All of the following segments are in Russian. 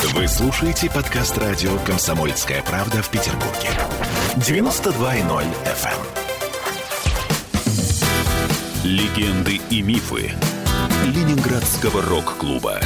Вы слушаете подкаст радио «Комсомольская правда» в Петербурге. 92.0 FM. Легенды и мифы Ленинградского рок-клуба.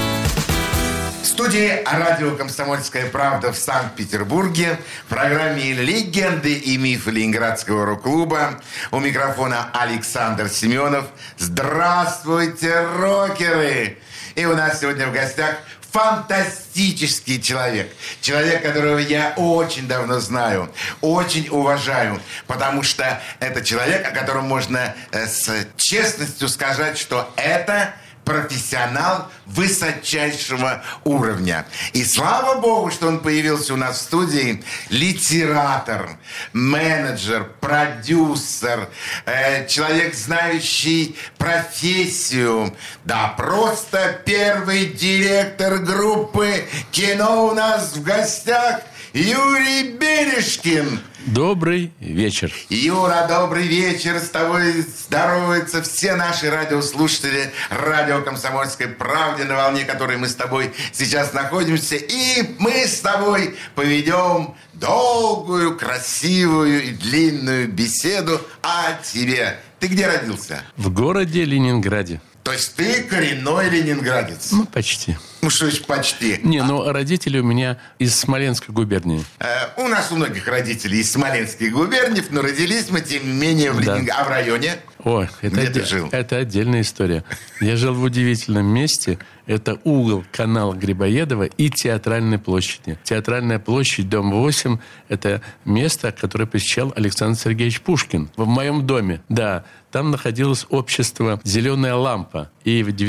В студии радио «Комсомольская правда» в Санкт-Петербурге в программе «Легенды и мифы Ленинградского рок-клуба». У микрофона Александр Семенов. Здравствуйте, рокеры! И у нас сегодня в гостях фантастический человек. Человек, которого я очень давно знаю, очень уважаю, потому что это человек, о котором можно с честностью сказать, что это профессионал высочайшего уровня. И слава богу, что он появился у нас в студии. Литератор, менеджер, продюсер, человек, знающий профессию. Да, просто первый директор группы «Кино» у нас в гостях Юрий Бережкин. Добрый вечер. Юра, добрый вечер. С тобой здороваются все наши радиослушатели радио «Комсомольской правды», на волне которой мы с тобой сейчас находимся. И мы с тобой поведем долгую, красивую и длинную беседу о тебе. Ты где родился? В городе Ленинграде. То есть ты коренной ленинградец? Ну, почти. Ну, что ж почти? Не, ну, родители у меня из Смоленской губернии. У нас у многих родителей из Смоленских губерний, но родились мы, тем не менее, в Ленинграде. А в районе? Ой, где ты жил? Это отдельная история. Я жил в удивительном месте. Это угол канала Грибоедова и Театральной площади. Театральная площадь, дом 8, это место, которое посещал Александр Сергеевич Пушкин. В моем доме, да. Там находилось общество «Зеленая лампа». И в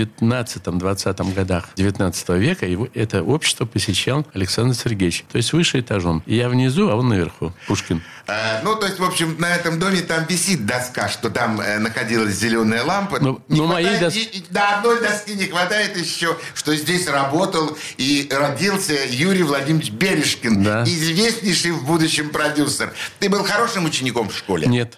19-20 годах 19 века это общество посещал Александр Сергеевич. То есть выше этажом. И я внизу, а он наверху. Пушкин. Ну, то есть, в общем, на этом доме там висит доска, что там находилась «Зеленая лампа». Моей доски... До одной доски не хватает еще, что здесь работал и родился Юрий Владимирович Бережкин. Да. Известнейший в будущем продюсер. Ты был хорошим учеником в школе? Нет.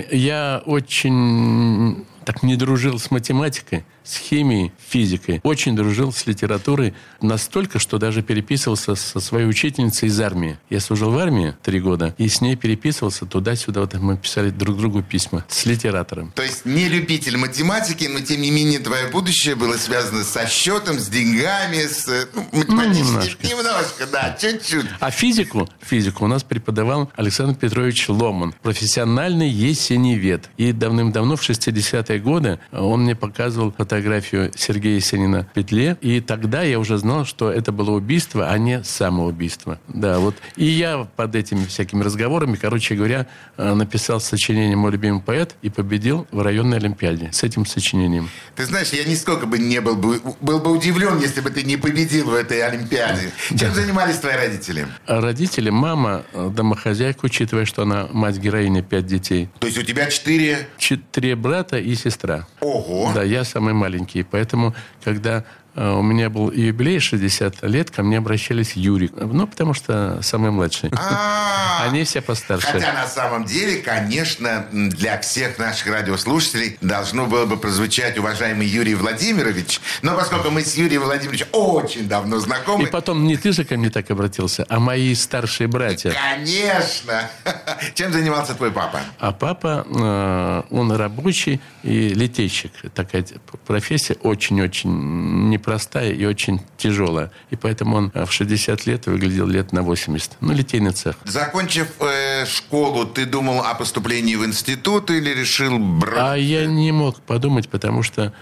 Я очень... так не дружил с математикой, с химией, физикой. Очень дружил с литературой настолько, что даже переписывался со своей учительницей из армии. Я служил в армии 3 года, и с ней переписывался туда-сюда. Вот мы писали друг другу письма с литератором. То есть не любитель математики, но тем не менее твое будущее было связано со счетом, с деньгами, с... Немножко, да, чуть-чуть. А физику у нас преподавал Александр Петрович Ломан, профессиональный есеневед. И давным-давно, в 60-е годы, он мне показывал фотографию Сергея Есенина в петле, и тогда я уже знал, что это было убийство, а не самоубийство. Да, вот. И я под этими всякими разговорами, короче говоря, написал сочинение «Мой любимый поэт» и победил в районной олимпиаде с этим сочинением. Ты знаешь, я нисколько бы не был бы удивлен, если бы ты не победил в этой олимпиаде. Чем занимались твои родители? Родители, мама домохозяйка, учитывая, что она мать-героиня 5 детей. То есть у тебя 4 брата и сестра. Ого! Да, я самый маленький. Поэтому, когда у меня был юбилей 60 лет, ко мне обращались Юрий. Ну, потому что самый младший. Они все постарше. Хотя на самом деле, конечно, для всех наших радиослушателей должно было бы прозвучать уважаемый Юрий Владимирович. Но поскольку мы с Юрием Владимировичем очень давно знакомы... И потом не ты же ко мне так обратился, а мои старшие братья. Конечно! Чем занимался твой папа? А папа, он рабочий и литейщик. Такая профессия очень-очень непростая и очень тяжелая. И поэтому он в 60 лет выглядел лет на 80. Ну, литейный цех. Закончив школу, ты думал о поступлении в институт или решил брать? А я не мог подумать, потому что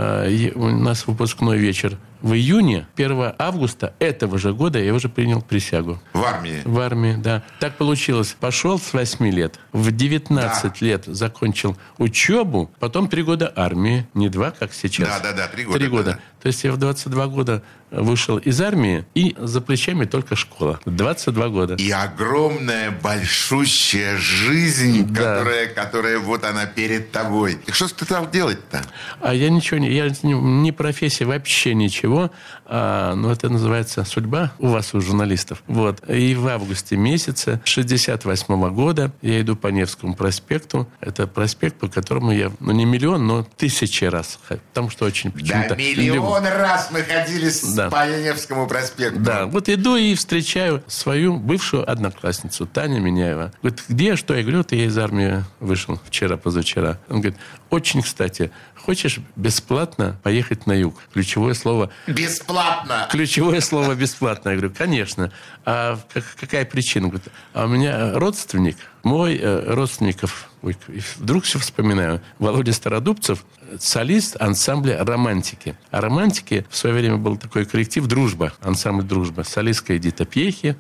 у нас выпускной вечер в июне, 1 августа этого же года я уже принял присягу. В армии? В армии, да. Так получилось. Пошел с 8 лет. В 19 лет закончил учебу. Потом 3 года армии. Не 2, как сейчас. Да, 3 года. 3 года. Да. То есть я в 22 года вышел из армии, и за плечами только школа. 22 года. И огромная, большущая жизнь, которая вот она перед тобой. И что ты стал делать-то? А я ничего не... Я не профессия, вообще ничего. Но это называется судьба у вас, у журналистов. Вот. И в августе месяце 68 года я иду по Невскому проспекту. Это проспект, по которому я, не миллион, но 1000 раз. Потому что очень почему-то... Да, миллион раз мы ходили с Да. По Невскому проспекту. Да, вот иду и встречаю свою бывшую одноклассницу, Таня Миняева. Говорит, где, что? Я говорю, вот я из армии вышел вчера-позавчера. Он говорит, очень кстати, хочешь бесплатно поехать на юг? Ключевое слово... Бесплатно! Ключевое слово «бесплатно». Я говорю, конечно. А какая причина? Говорит, а у меня родственник, мой родственников... Ой, вдруг все вспоминаю. Володя Стародубцев, солист ансамбля «Романтики». А «Романтики» в свое время был такой коллектив «Дружба», ансамбль «Дружба». Солистка Эдита Пьехи.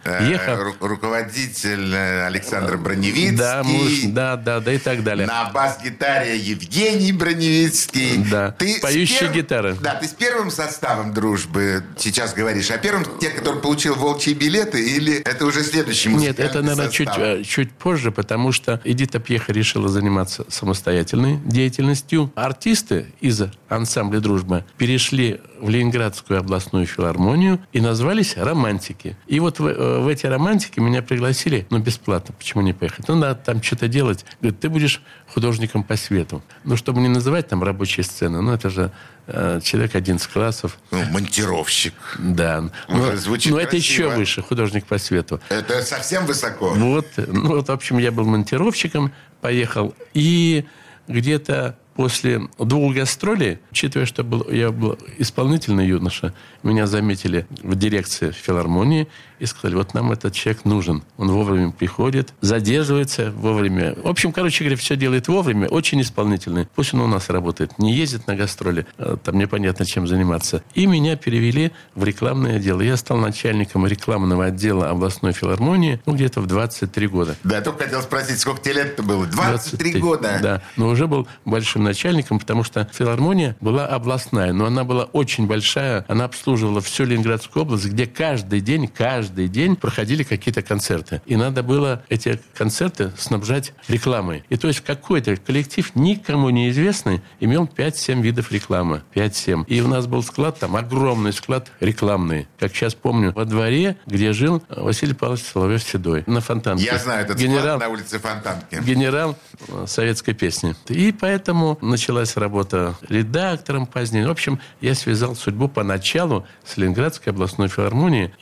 Руководитель Александр Броневицкий. Да, муж, да, и так далее. На бас-гитаре Евгений Броневицкий. Да, поющая гитара. Да, ты с первым составом «Дружбы» сейчас говоришь, а первым те, который получил волчьи билеты, или это уже следующий музыкальный состав? Нет, это, наверное, чуть позже, потому что Эдита Пьеха решила заниматься самостоятельной деятельностью. Артисты из ансамбля «Дружба» перешли в Ленинградскую областную филармонию и назвались «Романтики». И вот в эти «Романтики» меня пригласили, бесплатно, почему не поехать? Надо там что-то делать. Говорит, ты будешь художником по свету. Чтобы не называть там рабочие сцены, это же человек 11 классов. Монтировщик. Да. Но это еще выше, художник по свету. Это совсем высоко. Вот, в общем, я был монтировщиком, поехал. И где-то после 2 гастролей, учитывая, что я был исполнительный юноша, меня заметили в дирекции филармонии и сказали, вот нам этот человек нужен. Он вовремя приходит, задерживается вовремя. В общем, короче говоря, все делает вовремя, очень исполнительный. Пусть он у нас работает, не ездит на гастроли, там непонятно чем заниматься. И меня перевели в рекламное отдел. Я стал начальником рекламного отдела областной филармонии где-то в 23 года. Да, я только хотел спросить, сколько тебе лет-то было? 23 года? Да, но уже был большим начальником, потому что филармония была областная, но она была очень большая, она обслуживала всю Ленинградскую область, где каждый день проходили какие-то концерты. И надо было эти концерты снабжать рекламой. И то есть какой-то коллектив, никому неизвестный, имел 5-7 видов рекламы. 5-7. И у нас был склад, там огромный склад рекламный. Как сейчас помню, во дворе, где жил Василий Павлович Соловьев-Седой. На Фонтанке. Я знаю этот склад на улице Фонтанки. Генерал советской песни. И поэтому началась работа редактором позднее. В общем, я связал судьбу поначалу с Ленинградской областной филармонией.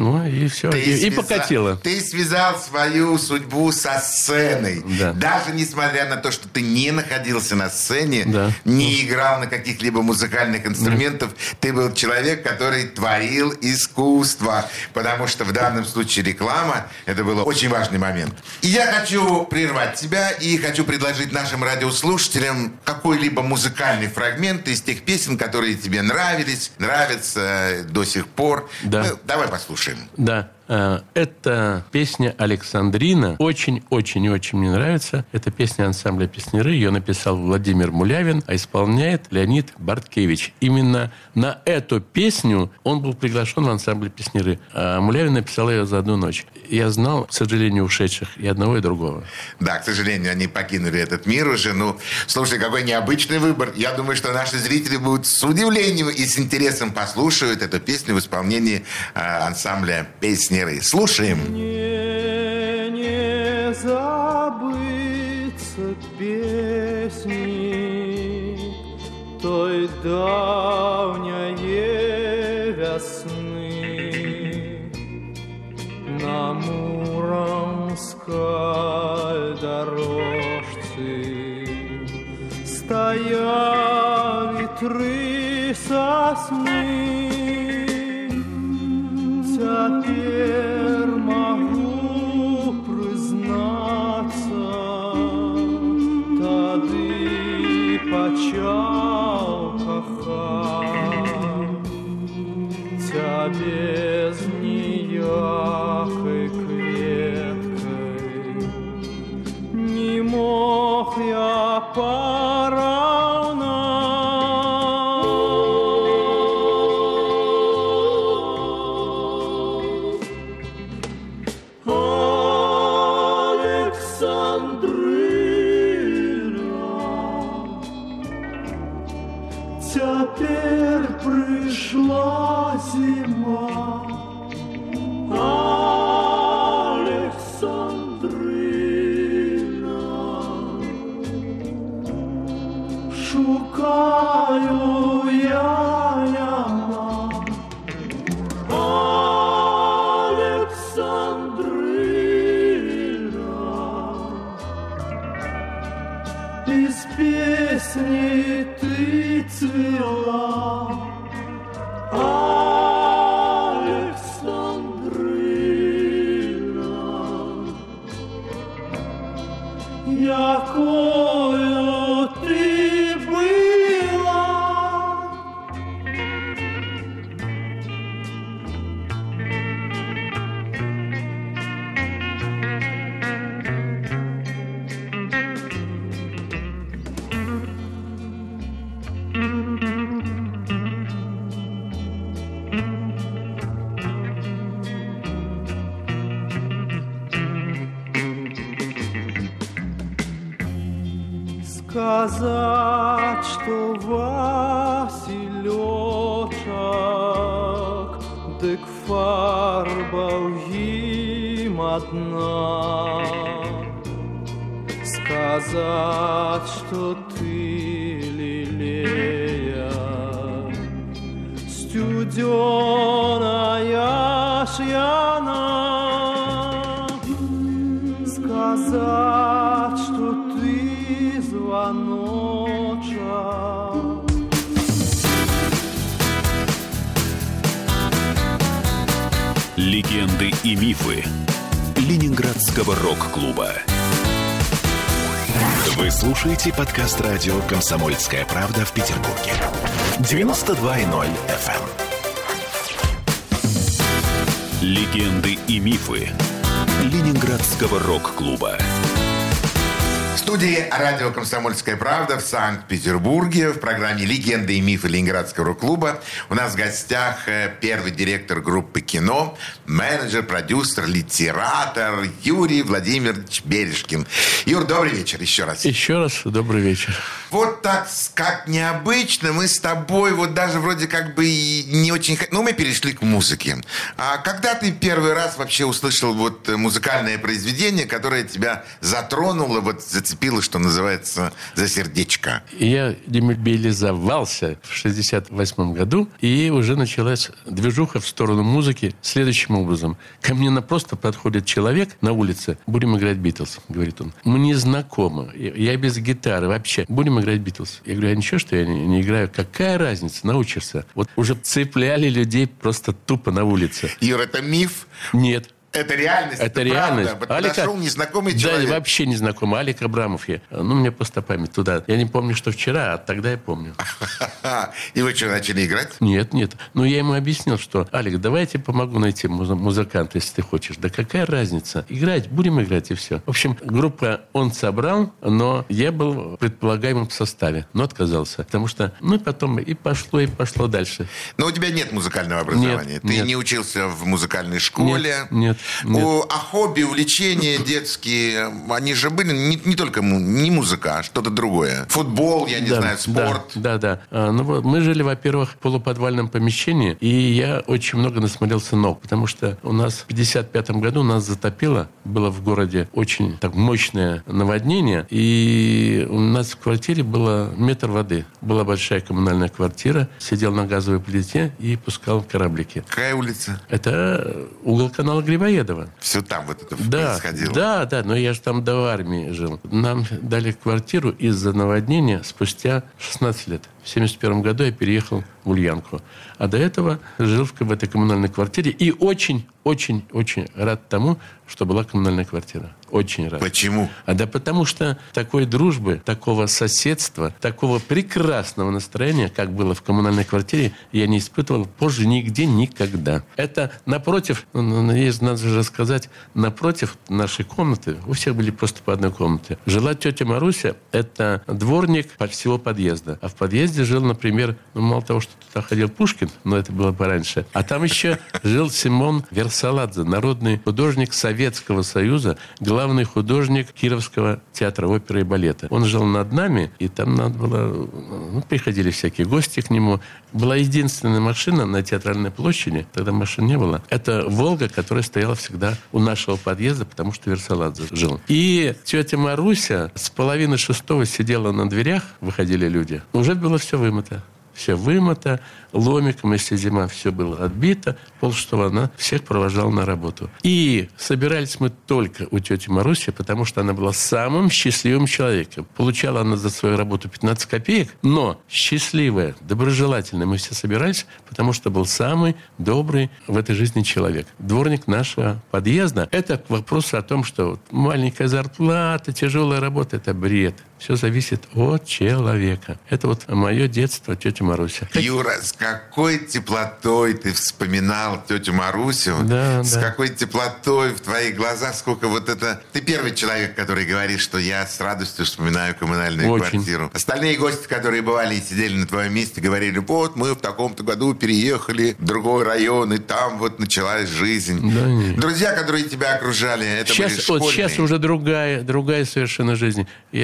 И все. И покатило. Ты связал свою судьбу со сценой. Да. Даже несмотря на то, что ты не находился на сцене, да. не играл на каких-либо музыкальных инструментах, ты был человек, который творил искусство. Потому что в данном случае реклама, это был очень важный момент. И я хочу прервать тебя и хочу предложить нашим радиослушателям какой-либо музыкальный фрагмент из тех песен, которые тебе нравятся до сих пор. Да. Давай послушаем. Да. Это песня «Александрина». Очень-очень-очень мне нравится. Это песня ансамбля «Песняры». Ее написал Владимир Мулявин, а исполняет Леонид Барткевич. Именно на эту песню он был приглашен в ансамбль «Песняры». А Мулявин написал ее за одну ночь. Я знал, к сожалению, ушедших и одного, и другого. Да, к сожалению, они покинули этот мир уже. Слушай, какой необычный выбор. Я думаю, что наши зрители будут с удивлением и с интересом послушают эту песню в исполнении ансамбля «Песни». Слушаем. Мне не забыться песни той давней весны на Муромской дорожце стояли 3 сосны. Теперь могу признаться, тады почал кохать тебя без ніякой кветкой. Не мог я поравнать. Теперь пришла зима, Александрина. сказать, что Василечок, дык фарба им одна. Сказать, что ты лилея, студеная шьяна. Сказать, что ты звоночек. Легенды и мифы Ленинградского рок-клуба. Вы слушаете подкаст радио «Комсомольская правда» в Петербурге. 92.0 FM. Легенды и мифы Ленинградского рок-клуба. В студии радио «Комсомольская правда» в Санкт-Петербурге в программе «Легенды и мифы Ленинградского рок-клуба» у нас в гостях первый директор группы «Кино», менеджер, продюсер, литератор Юрий Владимирович Бережкин. Юр, добрый вечер еще раз. Еще раз добрый вечер. Вот так, как необычно, мы с тобой вот даже вроде как бы и не очень... Ну, мы перешли к музыке. А когда ты первый раз вообще услышал вот музыкальное произведение, которое тебя затронуло, вот зацепило, что называется, за сердечко? Я демобилизовался в 1968 году, и уже началась движуха в сторону музыки следующим образом. Ко мне просто подходит человек на улице. Будем играть «Битлз», говорит он. Мне знакомо. Я без гитары вообще. Будем играть «Битлз». Я говорю, а ничего, что я не играю? Какая разница? Научишься. Вот уже цепляли людей просто тупо на улице. Юр, это миф? Нет. Это реальность. Это реальность. Правда. Подошел незнакомый человек. Да, вообще незнакомый. Алик Абрамов я. Ну, мне просто память туда. Я не помню, что вчера, а тогда я помню. И вы что, начали играть? Нет. Ну, я ему объяснил, что, Алик, давай я тебе помогу найти музыканта, если ты хочешь. Да какая разница? Играть, будем играть, и все. В общем, группа он собрал, но я был предполагаемым в составе, но отказался. Потому что, ну, и потом и пошло дальше. Но у тебя нет музыкального образования? Ты не учился в музыкальной школе? Нет. А хобби, увлечения детские, они же были не только не музыка, а что-то другое. Футбол, я не знаю, спорт. Да. Ну, вот, мы жили, во-первых, в полуподвальном помещении, и я очень много насмотрелся ног, потому что у нас в 1955 году нас затопило, было в городе очень так мощное наводнение, и у нас в квартире было метр воды. Была большая коммунальная квартира, сидел на газовой плите и пускал кораблики. Какая улица? Это угол канала Грибоедова. Все там вот это происходило? Да, но я же там до армии жил. Нам дали квартиру из-за наводнения спустя 16 лет. В 1971 году я переехал в Ульянку. А до этого жил в этой коммунальной квартире. И очень рад тому, что была коммунальная квартира. Очень рад. Почему? Да потому что такой дружбы, такого соседства, такого прекрасного настроения, как было в коммунальной квартире, я не испытывал позже нигде никогда. Это напротив, надо же сказать, напротив нашей комнаты, у всех были просто по одной комнате, жила тетя Маруся, это дворник по всего подъезда. А в подъезде жил, например, мало того, что туда ходил Пушкин, но это было пораньше, а там еще жил Симон Версаладзе, народный художник Советского Союза, главный художник Кировского театра оперы и балета. Он жил над нами, и там надо было... приходили всякие гости к нему. Была единственная машина на Театральной площади, тогда машин не было. Это «Волга», которая стояла всегда у нашего подъезда, потому что Версаладзе жил. И тетя Маруся с 5:30 сидела на дверях, выходили люди. Уже было все вымыто. Все вымыто, ломиком, если зима, все было отбито. 5:30 она всех провожала на работу. И собирались мы только у тети Маруси, потому что она была самым счастливым человеком. Получала она за свою работу 15 копеек, но счастливая, доброжелательная. Мы все собирались, потому что был самый добрый в этой жизни человек. Дворник нашего подъезда. Это к вопросу о том, что маленькая зарплата, тяжелая работа – это бред. Все зависит от человека. Это вот мое детство, тетя Маруся. Юра, с какой теплотой ты вспоминал тетю Марусю. С какой теплотой в твоих глазах, сколько вот это... Ты первый человек, который говорит, что я с радостью вспоминаю коммунальную квартиру. Остальные гости, которые бывали и сидели на твоем месте, говорили, вот мы в таком-то году переехали в другой район, и там вот началась жизнь. Друзья, которые тебя окружали, это были школьные. Вот сейчас уже другая совершенно жизнь. Я сейчас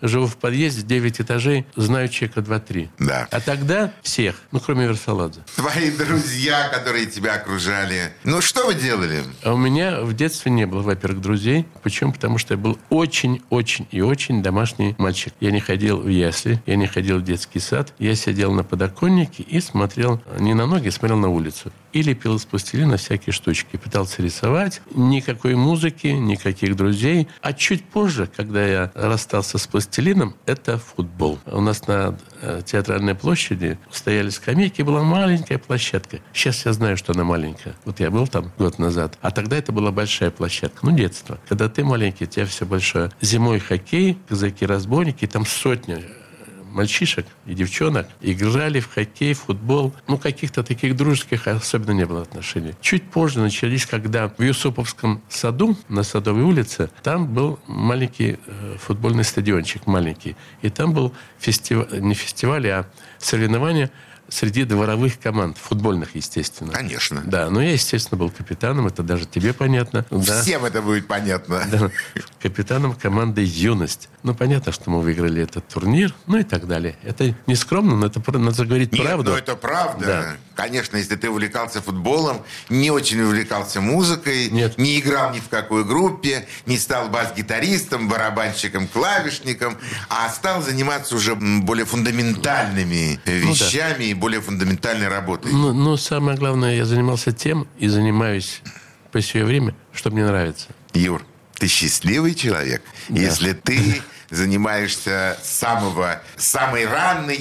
живу в подъезде, 9 этажей, знаю человека 2-3. Да. А тогда всех, кроме Версаладзе. Твои друзья, которые тебя окружали. Ну, что вы делали? А у меня в детстве не было, во-первых, друзей. Почему? Потому что я был очень-очень и очень домашний мальчик. Я не ходил в ясли, я не ходил в детский сад. Я сидел на подоконнике и смотрел не на ноги, смотрел на улицу. И лепил из пластилина всякие штучки. Пытался рисовать. Никакой музыки, никаких друзей. А чуть позже, когда я расстался с пластилином, это футбол. У нас на Театральной площади стояли скамейки, была маленькая площадка. Сейчас я знаю, что она маленькая. Вот я был там год назад. А тогда это была большая площадка. Детство. Когда ты маленький, у тебя все большое. Зимой хоккей, казаки-разбойники, там сотни мальчишек и девчонок играли в хоккей, в футбол. Каких-то таких дружеских особенно не было отношений. Чуть позже начались, когда в Юсуповском саду, на Садовой улице, там был маленький футбольный стадиончик, маленький. И там был не фестиваль, а соревнования среди дворовых команд, футбольных, естественно. Конечно. Да, но я, естественно, был капитаном, это даже тебе понятно. Всем это будет понятно. Да, капитаном команды «Юность». Понятно, что мы выиграли этот турнир, и так далее. Это не скромно, но это надо говорить правду. Это правда. Да. Конечно, если ты увлекался футболом, не очень увлекался музыкой, Нет. не играл ни в какой группе, не стал бас-гитаристом, барабанщиком, клавишником, а стал заниматься уже более фундаментальными вещами и более фундаментальной работой. Самое главное, я занимался тем и занимаюсь по сие время, что мне нравится. Юр, ты счастливый человек, Да. если ты занимаешься с самой ранней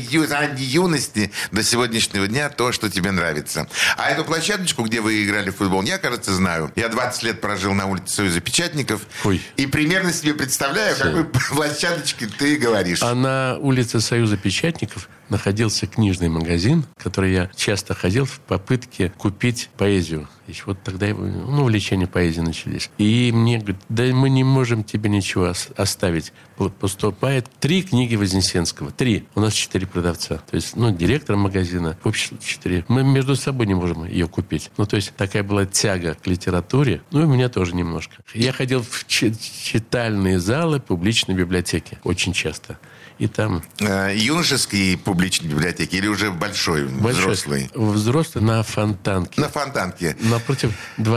юности до сегодняшнего дня то, что тебе нравится. А эту площадочку, где вы играли в футбол, я, кажется, знаю. Я 20 лет прожил на улице Союза печатников. Ой. И примерно себе представляю, о какой площадочке ты говоришь. А на улице Союза печатников находился книжный магазин, в который я часто ходил в попытке купить поэзию. Еще вот тогда увлечения поэзией начались. И мне говорят, да мы не можем тебе ничего оставить. Поступает 3 книги Вознесенского. 3. У нас 4 продавца. То есть, директор магазина, в общем, 4. Мы между собой не можем ее купить. То есть, такая была тяга к литературе. И у меня тоже немножко. Я ходил в читальные залы публичной библиотеки. Очень часто. И там... Юношеской публичной библиотеки или уже большой, взрослый? Взрослый на Фонтанке. На Фонтанке. Напротив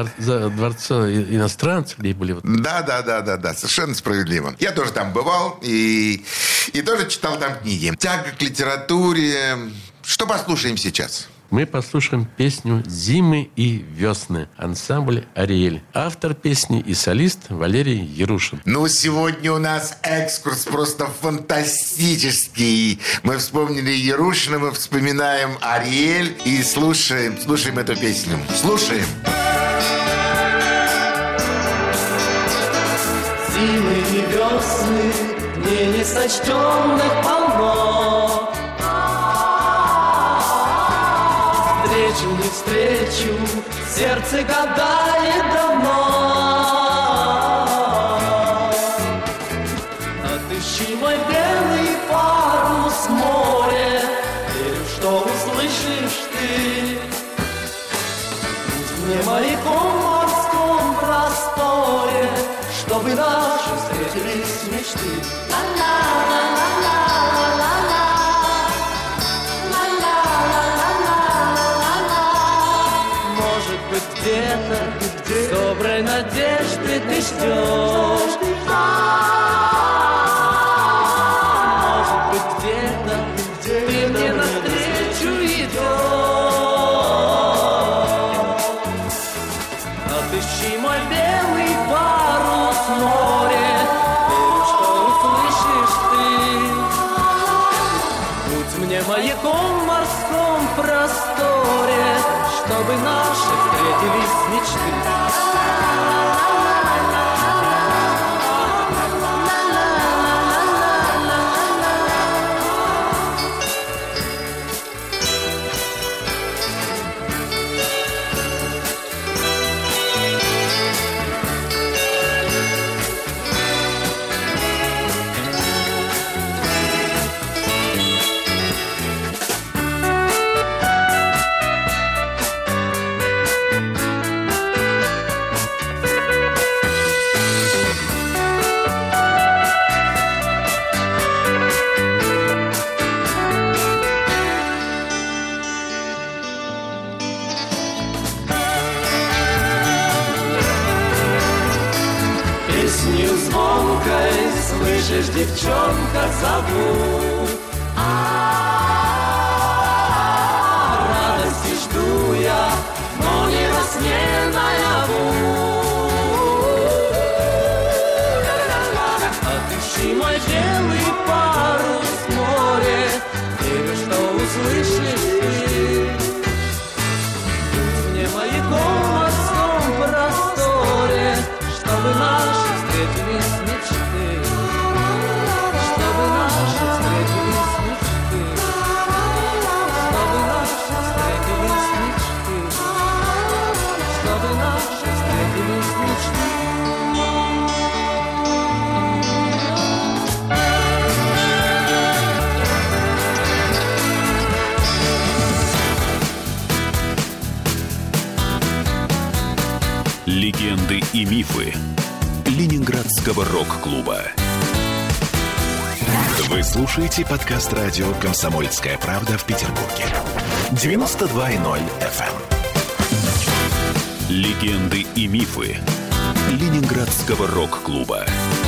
дворца иностранцев, где были... Да, совершенно справедливо. Я тоже там бывал и тоже читал там книги. Тяга к литературе. Что послушаем сейчас? Мы послушаем песню «Зимы и весны». Ансамбль «Ариэль». Автор песни и солист Валерий Ярушин. Сегодня у нас экскурс просто фантастический. Мы вспомнили Ярушина, мы вспоминаем Ариэль и слушаем эту песню. Слушаем. Зимы и весны, дней несочтенных полно. Встречу, не встречу, сердце гадает давно. Отыщи мой белый парус море, верю, что услышишь ты. Будь мне моряком в морском просторе, чтобы наши встретились мечты. Может быть, где-то с доброй надеждой ты ждешь. Может быть, где-то ты мне навстречу идешь. Отыщи мой белый парус море, верю, что услышишь ты. Будь мне маяком в морском просторе, чтобы наши встретились мечты. слышишь, девчонка, зовут. Радости жду я, но не во сне наяву. Отыщи мой белый парус в море, верю, что услышишь ты. Будь мне маяком в морском просторе, чтобы наши встретились мечты. Чтобы наши встретились мечты. Чтобы наши встретились мечты. Чтобы наши встретились мечты. Легенды и мифы Ленинградского рок-клуба. Вы слушаете подкаст радио «Комсомольская правда» в Петербурге. 92.0 FM. Легенды и мифы Ленинградского рок-клуба.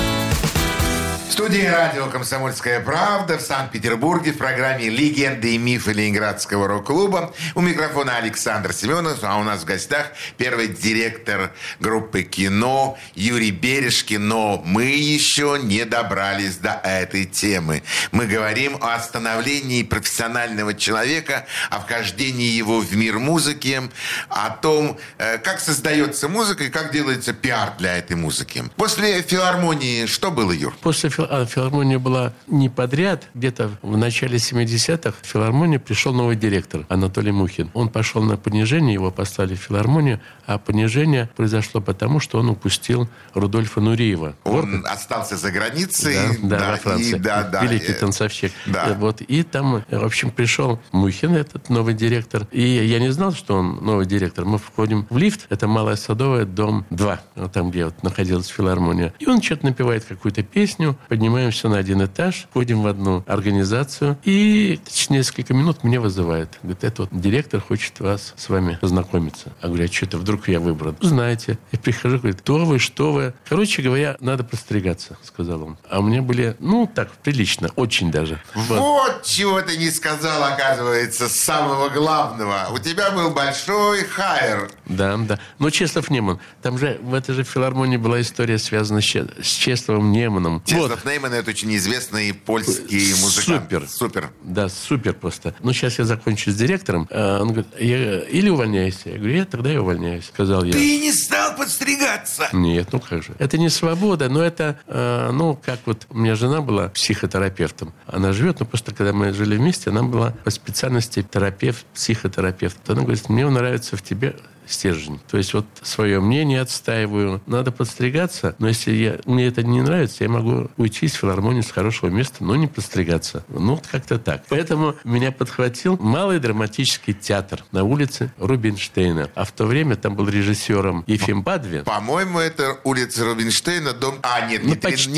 В студии радио «Комсомольская правда» в Санкт-Петербурге в программе «Легенды и мифы Ленинградского рок-клуба». У микрофона Александр Семенов, а у нас в гостях первый директор группы «Кино» Юрий Бережкин. Но мы еще не добрались до этой темы. Мы говорим о становлении профессионального человека, о вхождении его в мир музыки, о том, как создается музыка и как делается пиар для этой музыки. После филармонии что было, Юр? После филармония была не подряд. Где-то в начале 70-х в филармонию пришел новый директор Анатолий Мухин. Он пошел на понижение, его поставили в филармонию, а понижение произошло потому, что он упустил Рудольфа Нуриева. Он остался за границей. Да, во Франции. Великий танцовщик. Да. Вот. И там, в общем, пришел Мухин, этот новый директор. И я не знал, что он новый директор. Мы входим в лифт. Это Малая Садовая, дом 2. Вот там, где вот находилась филармония. И он что-то напевает какую-то песню. Поднимаемся на один этаж, входим в одну организацию. И через несколько минут меня вызывает. Говорит, это вот директор хочет вас с вами познакомиться. Я говорю, а что это вдруг я выбран? Знаете. Я прихожу, говорит, кто вы, что вы? Короче говоря, надо постригаться, сказал он. А у меня были, так, прилично, очень даже. Вот чего ты не сказал, оказывается, самого главного. У тебя был большой хайер. Да. Но Чеслов Неман, там же в этой же филармонии была история, связанная с Чесловым Неманом. Чеслов Неман — это очень известный польский музыкант. Супер. Да, супер просто. Сейчас я закончу с директором. Он говорит, или увольняйся. Я говорю, тогда я увольняюсь, сказал я. Ты не стал подстригаться? Нет, как же. Это не свобода, но это, как вот у меня жена была психотерапевтом. Она живет, просто когда мы жили вместе, она была по специальности терапевт, психотерапевт. Она говорит, мне нравится в тебе стержень. То есть вот свое мнение отстаиваю. Надо подстригаться, но если мне это не нравится, я могу уйти из филармонии с хорошего места, но не подстригаться. Как-то так. Поэтому меня подхватил Малый драматический театр на улице Рубинштейна. А в то время там был режиссером Ефим Бадви. По-моему, это улица Рубинштейна, дом... не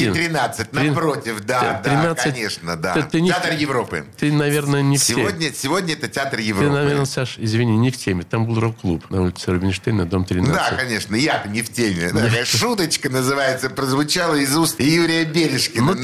13, напротив. Да, 13, конечно, да. Театр Европы. Ты, наверное, не в теме. Сегодня это Театр Европы. Ты, наверное, Саш, извини, не в теме. Там был рок-клуб на улице Рубинштейна, дом 13. Да, конечно, я-то не в теме. Такая шуточка, называется, прозвучала из уст Юрия Бережкина.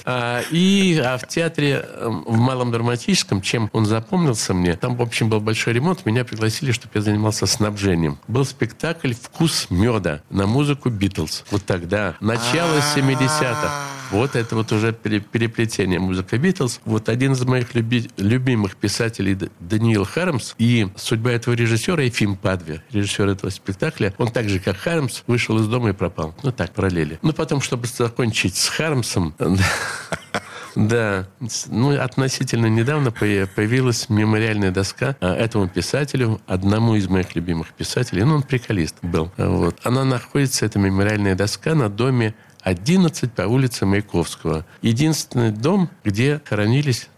А в театре, в Малом драматическом, чем он запомнился мне, там, в общем, был большой ремонт, меня пригласили, чтобы я занимался снабжением. Был спектакль «Вкус меда» на музыку «Битлз». Вот тогда, начало 70-х. Вот это вот уже переплетение музыка «Битлз». Вот один из моих любимых писателей Даниил Хармс и судьба этого режиссера Ефим Бадви, режиссер этого спектакля, он так же, как Хармс, вышел из дома и пропал. Так, параллели. Потом, чтобы закончить с Хармсом... Да, относительно недавно появилась мемориальная доска этому писателю, одному из моих любимых писателей. Он приколист был. Она находится, эта мемориальная доска, на доме 11 по улице Маяковского. Единственный дом, где хоронились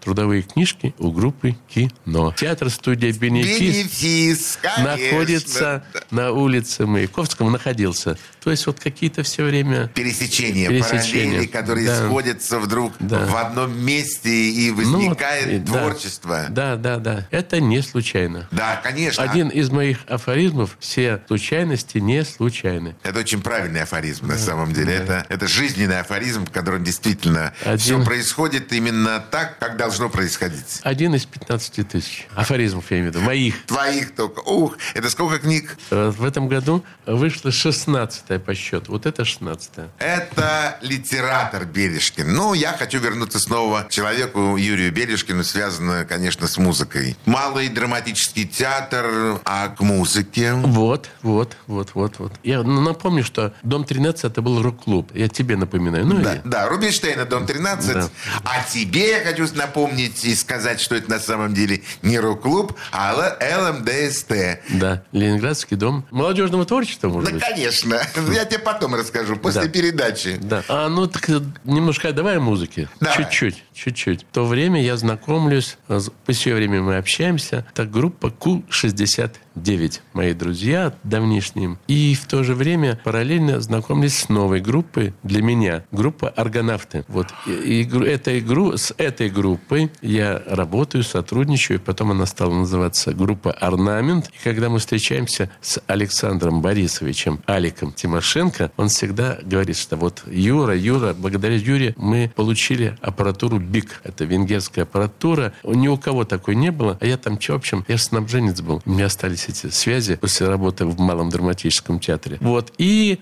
трудовые книжки у группы «Кино». Театр-студия «Бенефис» находится на улице Маяковского, находился. То есть вот какие-то все время... Пересечения. Параллели, которые сходятся вдруг в одном месте, и возникает творчество. Да. Это не случайно. Да, конечно. Один из моих афоризмов: все случайности не случайны. Это очень правильный афоризм, на самом деле. Это жизненный афоризм, в котором действительно все происходит именно так, как должно происходить. 1 из 15 тысяч афоризмов, я имею в виду, моих. Твоих только. Это сколько книг? В этом году вышло 16-я по счету. Вот это 16-я. Это литератор Бережкин. Я хочу вернуться снова к человеку Юрию Бережкину, связанное, конечно, с музыкой. Малый драматический театр, а к музыке? Вот. Я напомню, что Дом 13 это был рок-клуб. Я тебе напоминаю. Да, Рубинштейна, Дом 13. Да. А тебе я хочу напомнить и сказать, что это на самом деле не рок-клуб, а ЛМДСТ. Да, Ленинградский дом молодежного творчества, может быть. Конечно. Я тебе потом расскажу, после передачи. Да. Так немножко давай о музыке. Давай. Чуть-чуть. В то время я знакомлюсь, по сие время мы общаемся, это группа Q69. Мои друзья давнишние. И в то же время параллельно знакомились с новой группой для меня. Группа «Аргонавты». Вот. С этой группой я работаю, сотрудничаю. Потом она стала называться группа «Орнамент». И когда мы встречаемся с Александром Борисовичем Аликом Тимошенко, он всегда говорит, что вот Юра, благодаря Юре мы получили аппаратуру БИК. Это венгерская аппаратура. Ни у кого такой не было. А я там, в общем, я же снабженец был. У меня остались эти связи после работы в Малом драматическом театре. Вот. И в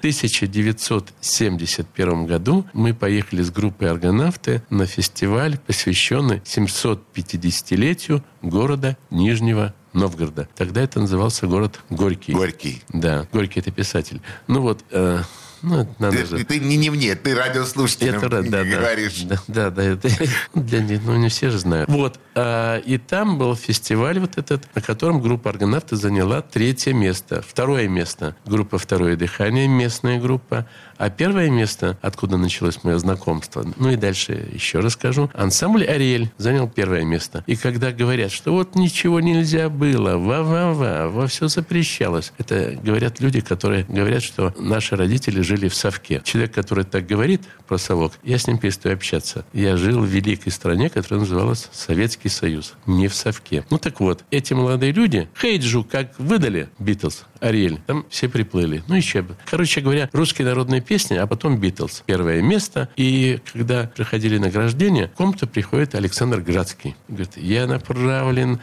1971 году мы поехали с группой «Аргонавты» на фестиваль, посвященный 750-летию города Нижнего Новгорода. Тогда это назывался город Горький. Горький. Да, Горький — это писатель. Ты не мне, ты радиослушателям говоришь. Да, не все же знают. Вот. И там был фестиваль вот этот, на котором группа «Аргонавты» заняла 3-е место. 2-е место — группа «Второе дыхание», местная группа. А 1-е место, откуда началось мое знакомство, и дальше еще расскажу, ансамбль «Ариэль» занял 1-е место. И когда говорят, что вот ничего нельзя было, во все запрещалось, это говорят люди, которые говорят, что наши родители жили в совке. Человек, который так говорит про совок, я с ним перестаю общаться. Я жил в великой стране, которая называлась Советский Союз, не в совке. Так вот, эти молодые люди, Хейджу, как выдали Битлз, Ариэль, там все приплыли. Еще бы. Короче говоря, русские народные песни, а потом Битлз. 1-е место. И когда проходили награждение, в комнату приходит Александр Градский. Говорит, я направлен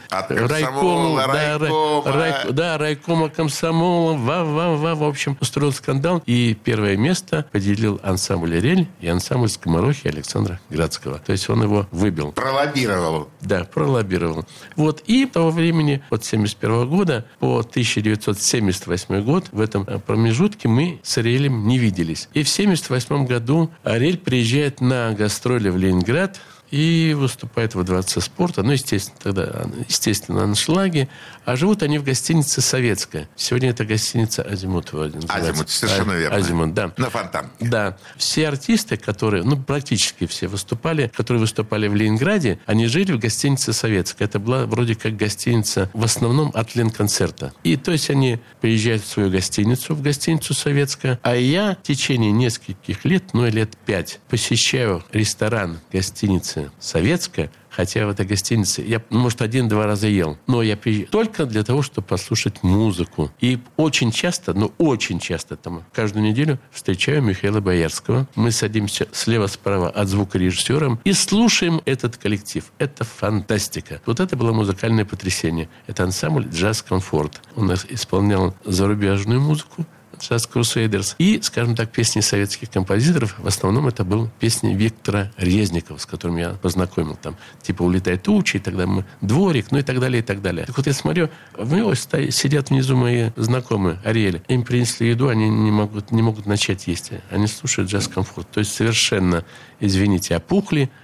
райкома комсомола, в общем, устроил скандал. И 1-е место поделил ансамбль «Ариэль» и ансамбль «Скоморохи» Александра Градского. То есть он его выбил. Пролоббировал. Да, пролоббировал. Вот. И с того времени, от 1971 года по 1978 год, в этом промежутке мы с «Ариэлем» не виделись. И в 1978 году «Ариэль» приезжает на гастроли в Ленинград и выступает во Дворце спорта. Естественно, аншлаги. А живут они в гостинице «Советская». Сегодня это гостиница «Азимут». «Азимут», совершенно верно. «Азимут», да. На Фонтанке. Да. Все артисты, которые, практически все которые выступали в Ленинграде, они жили в гостинице «Советская». Это была вроде как гостиница, в основном от Ленконцерта. И то есть они приезжают в свою гостиницу, в гостиницу «Советская». А я в течение нескольких лет, лет 5, посещаю ресторан гостиницы «Советская», хотя в этой гостинице я, 1-2 раза ел. Но я приезжаю только для того, чтобы послушать музыку. И очень часто, там, каждую неделю встречаю Михаила Боярского. Мы садимся слева-справа от звукорежиссера и слушаем этот коллектив. Это фантастика. Вот это было музыкальное потрясение. Это ансамбль «Джаз Комфорт». Он исполнял зарубежную музыку, Jazz Crusaders. И, скажем так, песни советских композиторов, в основном это были песни Виктора Резникова, с которым я познакомил. Там, типа «Улетают тучи», и тогда мы «Дворик», и так далее, и так далее. Так вот я смотрю, сидят внизу мои знакомые, Ариэль. Им принесли еду, они не могут начать есть. Они слушают «Джаз Комфорт». То есть совершенно, извините, опухли,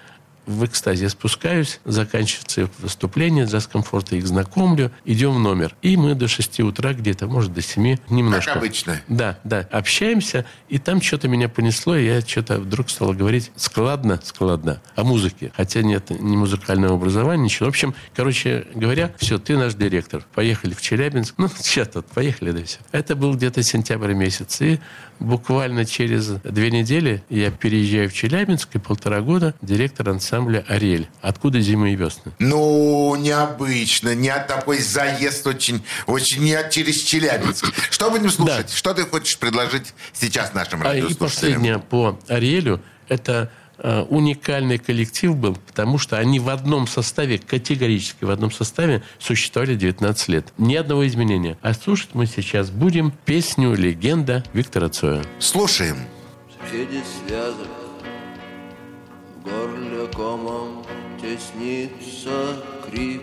в экстазе спускаюсь, заканчивается выступление, за комфорта их знакомлю, идем в номер. И мы до 6 утра где-то, может, до 7 немножко. Как обычно. Да, общаемся, и там что-то меня понесло, и я что-то вдруг стал говорить складно о музыке. Хотя нет ни музыкального образования, ничего. В общем, короче говоря, все, ты наш директор. Поехали в Челябинск. Ну, сейчас тут, поехали, да все. Это был где-то сентябрь месяц. И буквально через 2 недели я переезжаю в Челябинск, и 1,5 года директор ансамбля «Ариэль». Откуда зимы и весны? Ну, необычно. Не такой заезд очень не через Челябинск. Что будем слушать? Да. Что ты хочешь предложить сейчас нашим И радиослушателям? последнее по «Ариэлю» — это уникальный коллектив был, потому что они в одном составе, категорически в одном составе существовали 19 лет. Ни одного изменения. А слушать мы сейчас будем песню «Легенда» Виктора Цоя. Слушаем. Среди связок в горле комом теснится крик.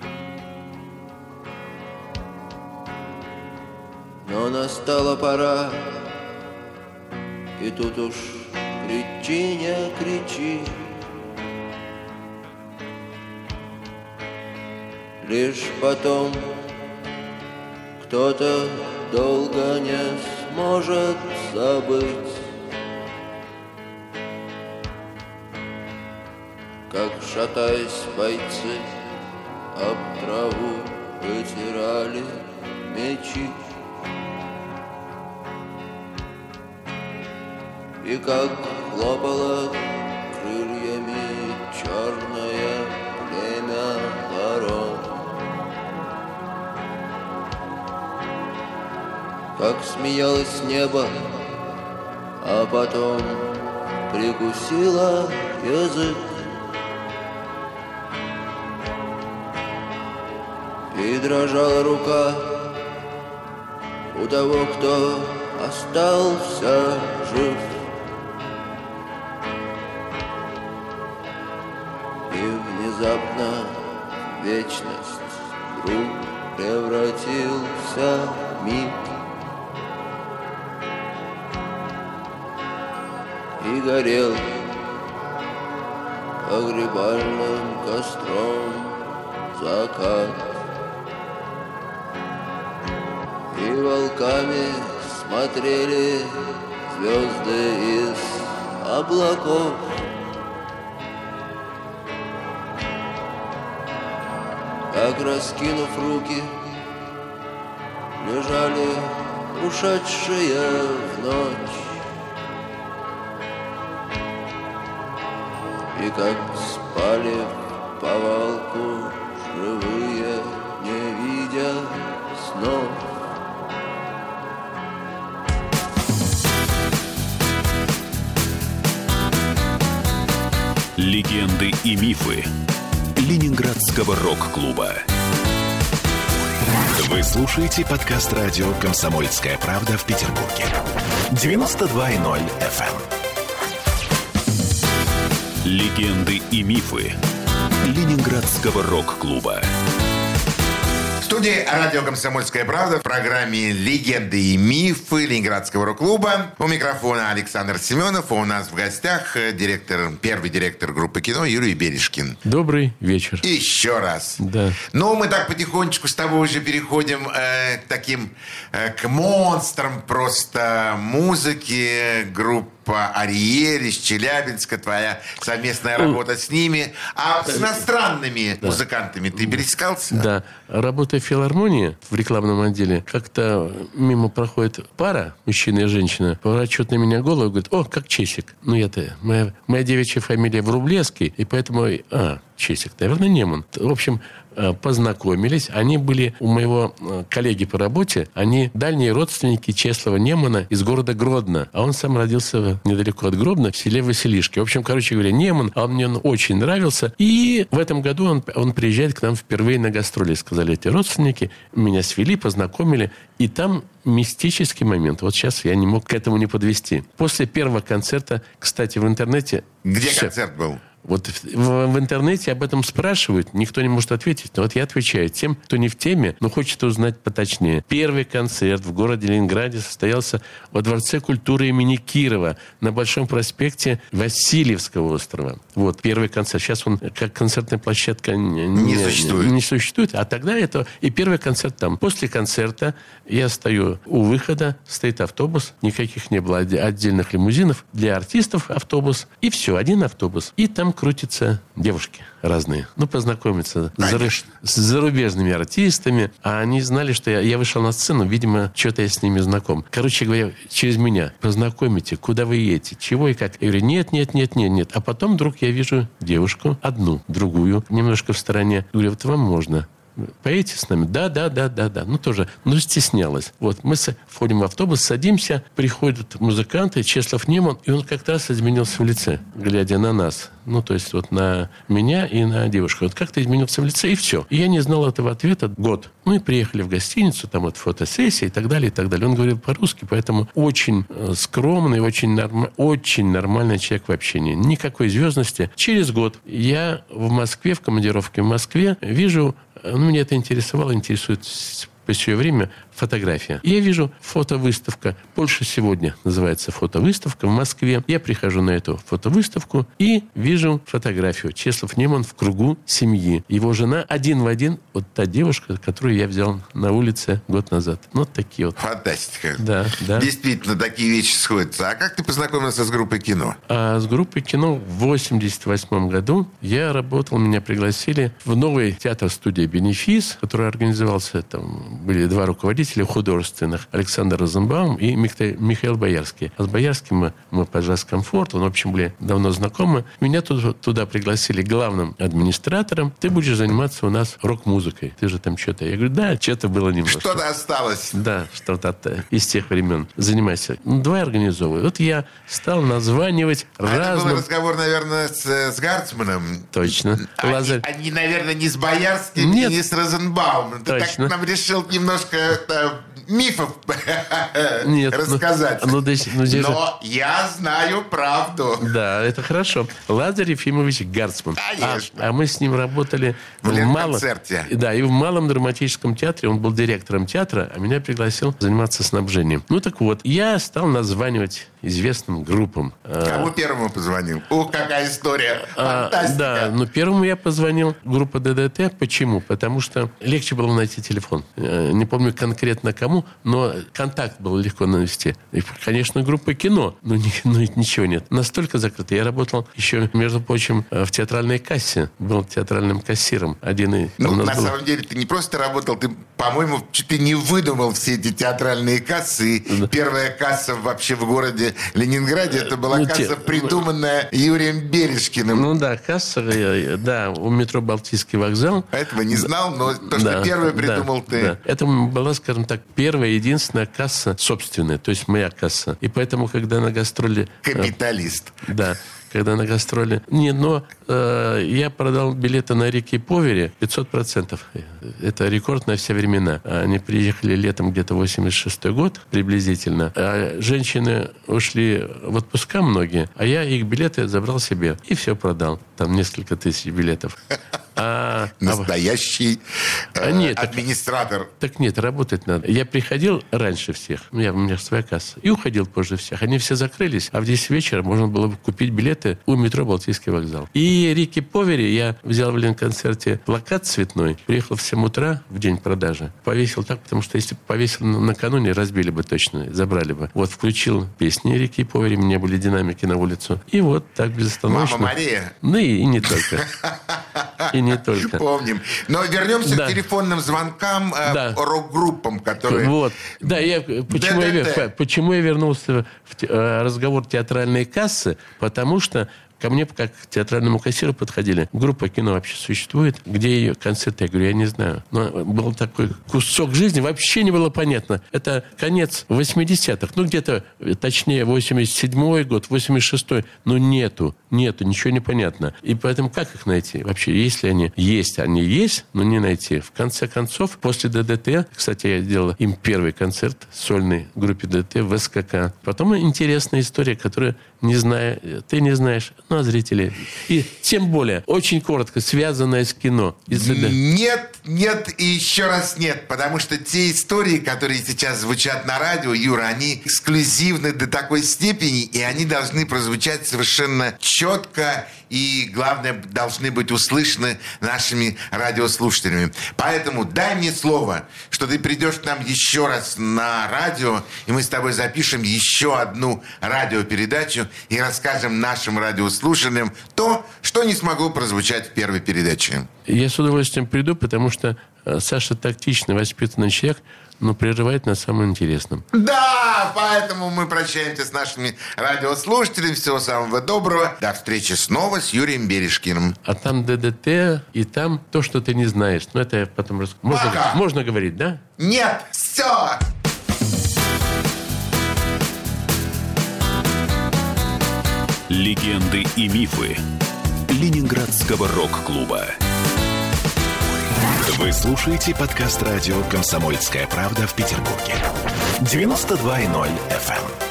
Но настала пора, и тут уж кричи, не кричи. Лишь потом кто-то долго не сможет забыть, как, шатаясь, бойцы об траву вытирали мечи. И как хлопало крыльями черное племя ворон, как смеялось небо, а потом прикусило язык. И дрожала рука у того, кто остался жив. И внезапно вечность вдруг превратился в миг. И горел погребальным костром закат. И волками смотрели звезды из облаков. Как, раскинув руки, лежали ушедшие в ночь. И как спали в повалку живые, не видя снов. Легенды и мифы Ленинградского рок-клуба. Вы слушаете подкаст радио «Комсомольская правда» в Петербурге. 92.0 FM. Легенды и мифы Ленинградского рок-клуба. В студии радио «Комсомольская правда» в программе «Легенды и мифы» Ленинградского рок-клуба. У микрофона Александр Семенов. А у нас в гостях первый директор группы кино Юрий Бережкин. Добрый вечер. Еще раз. Да. Ну, мы так потихонечку с тобой уже переходим к таким, к монстрам просто музыки. Группа «Ариэль» из Челябинска, твоя совместная работа с ними. А с иностранными музыкантами ты пересекался? Да. Работая в филармонии, в рекламном отделе, как-то мимо проходит пара, мужчина и женщина, поворачивает на меня голову и говорит: о, как Чесик. Ну, я-то, моя девичья фамилия Врублевский, и поэтому, Чесик, наверное, Неман. В общем, познакомились. Они были у моего коллеги по работе. Они дальние родственники Чеслова Немана из города Гродно. А он сам родился недалеко от Гродно, в селе Василишки. В общем, короче говоря, Неман, а он мне очень нравился. И в этом году он приезжает к нам впервые на гастроли. Сказали эти родственники. Меня свели, познакомили. И там мистический момент. Вот сейчас я не мог к этому не подвести. После первого концерта, кстати, в интернете... Где концерт был? Вот в интернете об этом спрашивают, никто не может ответить. Но вот я отвечаю тем, кто не в теме, но хочет узнать поточнее. Первый концерт в городе Ленинграде состоялся во Дворце культуры имени Кирова на Большом проспекте Васильевского острова. Вот, первый концерт. Сейчас он как концертная площадка не существует. А тогда это и первый концерт там. После концерта я стою у выхода, стоит автобус, никаких не было отдельных лимузинов. Для артистов автобус. И все, один автобус. И там крутятся девушки разные. Ну, познакомиться с зарубежными артистами. А они знали, что я вышел на сцену. Видимо, что-то я с ними знаком. Короче говоря, через меня. Познакомите, куда вы едете, чего и как. Я говорю, нет. А потом вдруг я вижу девушку, одну, другую, немножко в стороне. Говорю, вот вам можно. Поедете с нами? Да. Ну, тоже. Ну, стеснялась. Вот, мы входим в автобус, садимся, приходят музыканты, Чеслов Неман, и он как-то раз изменился в лице, глядя на нас. Ну, то есть, вот на меня и на девушку. Вот как-то изменился в лице, и все. И я не знал этого ответа год. Ну, и приехали в гостиницу, там вот фотосессия и так далее, и так далее. Он говорил по-русски, поэтому очень скромный, очень нормальный человек в общении. Никакой звездности. Через год я в Москве, в командировке в Москве, вижу, меня это интересует по сие время фотография. И я вижу фотовыставка. «Польша сегодня» называется фотовыставка в Москве. Я прихожу на эту фотовыставку и вижу фотографию. Чеслов Неман в кругу семьи. Его жена один в один, вот та девушка, которую я взял на улице год назад. Ну, вот такие вот. Фантастика. Да. Действительно, такие вещи сходятся. А как ты познакомился с группой «Кино»? С группой «Кино» в 1988 году меня пригласили в новый театр-студия «Бенефис», который организовался, там были два руководителя художественных, Александр Розенбаум и Михаил Боярский. А с Боярским мы по «Джаз-комфорту», в общем, были давно знакомы. Меня туда пригласили главным администратором. Ты будешь заниматься у нас рок-музыкой. Ты же там что-то... Я говорю, да, что-то было немножко. Что-то осталось. Да, что-то из тех времен. Занимайся. Давай организовывай. Вот я стал названивать разным... Это был разговор, наверное, с Гарцманом. Точно. Они, наверное, не с Боярским, Нет. и не с Розенбаумом. Ты Точно. так нам решил немножко мифов рассказать. Но я знаю правду. Да, это хорошо. Лазарь Ефимович Гарцман. Конечно. А мы с ним работали в Ленконцерте. Да, и в Малом драматическом театре. Он был директором театра, а меня пригласил заниматься снабжением. Ну так вот, я стал названивать известным группам. Кому первому позвонил? Ох, какая история. Фантастика. Да, первому я позвонил группа ДДТ. Почему? Потому что легче было найти телефон. Не помню конкретно кому, но контакт было легко навести. И, конечно, группа «Кино», но ничего нет. Настолько закрыто. Я работал еще, между прочим, в театральной кассе. Был театральным кассиром. На самом деле, ты не просто работал, ты, по-моему, чуть ли не выдумал все эти театральные кассы. И первая касса вообще в городе Ленинграде, это была касса, придуманная Юрием Бережкиным. Ну да, касса, у метро «Балтийский вокзал». Этого не знал, но то, что первый придумал ты. Да. Это была, скажем так, первая, единственная касса собственная, то есть моя касса. И поэтому, когда на гастроли... Капиталист. Да. Когда на гастроли... я продал билеты на Рике Повере 500%. Это рекорд на все времена. Они приехали летом где-то 86-й год приблизительно. А женщины ушли в отпуска многие, а я их билеты забрал себе. И все продал. Там несколько тысяч билетов. Настоящий администратор. Так нет, работать надо. Я приходил раньше всех, у меня своя касса, и уходил позже всех. Они все закрылись, а в 10 вечера можно было бы купить билеты у метро «Балтийский вокзал». И Рике Повере я взял в Ленконцерте плакат цветной, приехал в 7 утра в день продажи, повесил так, потому что если бы повесил накануне, разбили бы точно, забрали бы. Вот, включил песни Рике Повере, у меня были динамики на улицу. И вот так безостановочно. «Мама Мария». Ну и не только. И не только. Помним. Но вернемся к телефонным звонкам рок-группам, которые... Вот. Да, почему я вернулся в разговор театральной кассы? Потому что ко мне, как к театральному кассиру, подходили. Группа «Кино» вообще существует? Где ее концерты? Я говорю, я не знаю. Но был такой кусок жизни, вообще не было понятно. Это конец 80-х. Где-то, точнее, 87-й год, 86-й. Но нету, ничего не понятно. И поэтому как их найти? Вообще, если они есть, но не найти. В конце концов, после ДДТ, кстати, я делал им первый концерт сольной группе ДДТ в СКК. Потом интересная история, которую ты не знаешь. Ну, а зрители... И тем более, очень коротко, связанное с кино. Нет, и еще раз нет. Потому что те истории, которые сейчас звучат на радио, Юра, они эксклюзивны до такой степени, и они должны прозвучать совершенно четко, и, главное, должны быть услышаны нашими радиослушателями. Поэтому дай мне слово, что ты придешь к нам еще раз на радио, и мы с тобой запишем еще одну радиопередачу и расскажем нашим радиослушателям то, что не смогло прозвучать в первой передаче. Я с удовольствием приду, потому что Саша тактичный, воспитанный человек, но прерывает на самом интересном. Да, поэтому мы прощаемся с нашими радиослушателями. Всего самого доброго. До встречи снова с Юрием Бережкиным. А там ДДТ, и там то, что ты не знаешь. Ну, это я потом расскажу. Можно говорить, да? Нет, все! Легенды и мифы Ленинградского рок-клуба. Вы слушаете подкаст радио «Комсомольская правда» в Петербурге. 92.0 FM.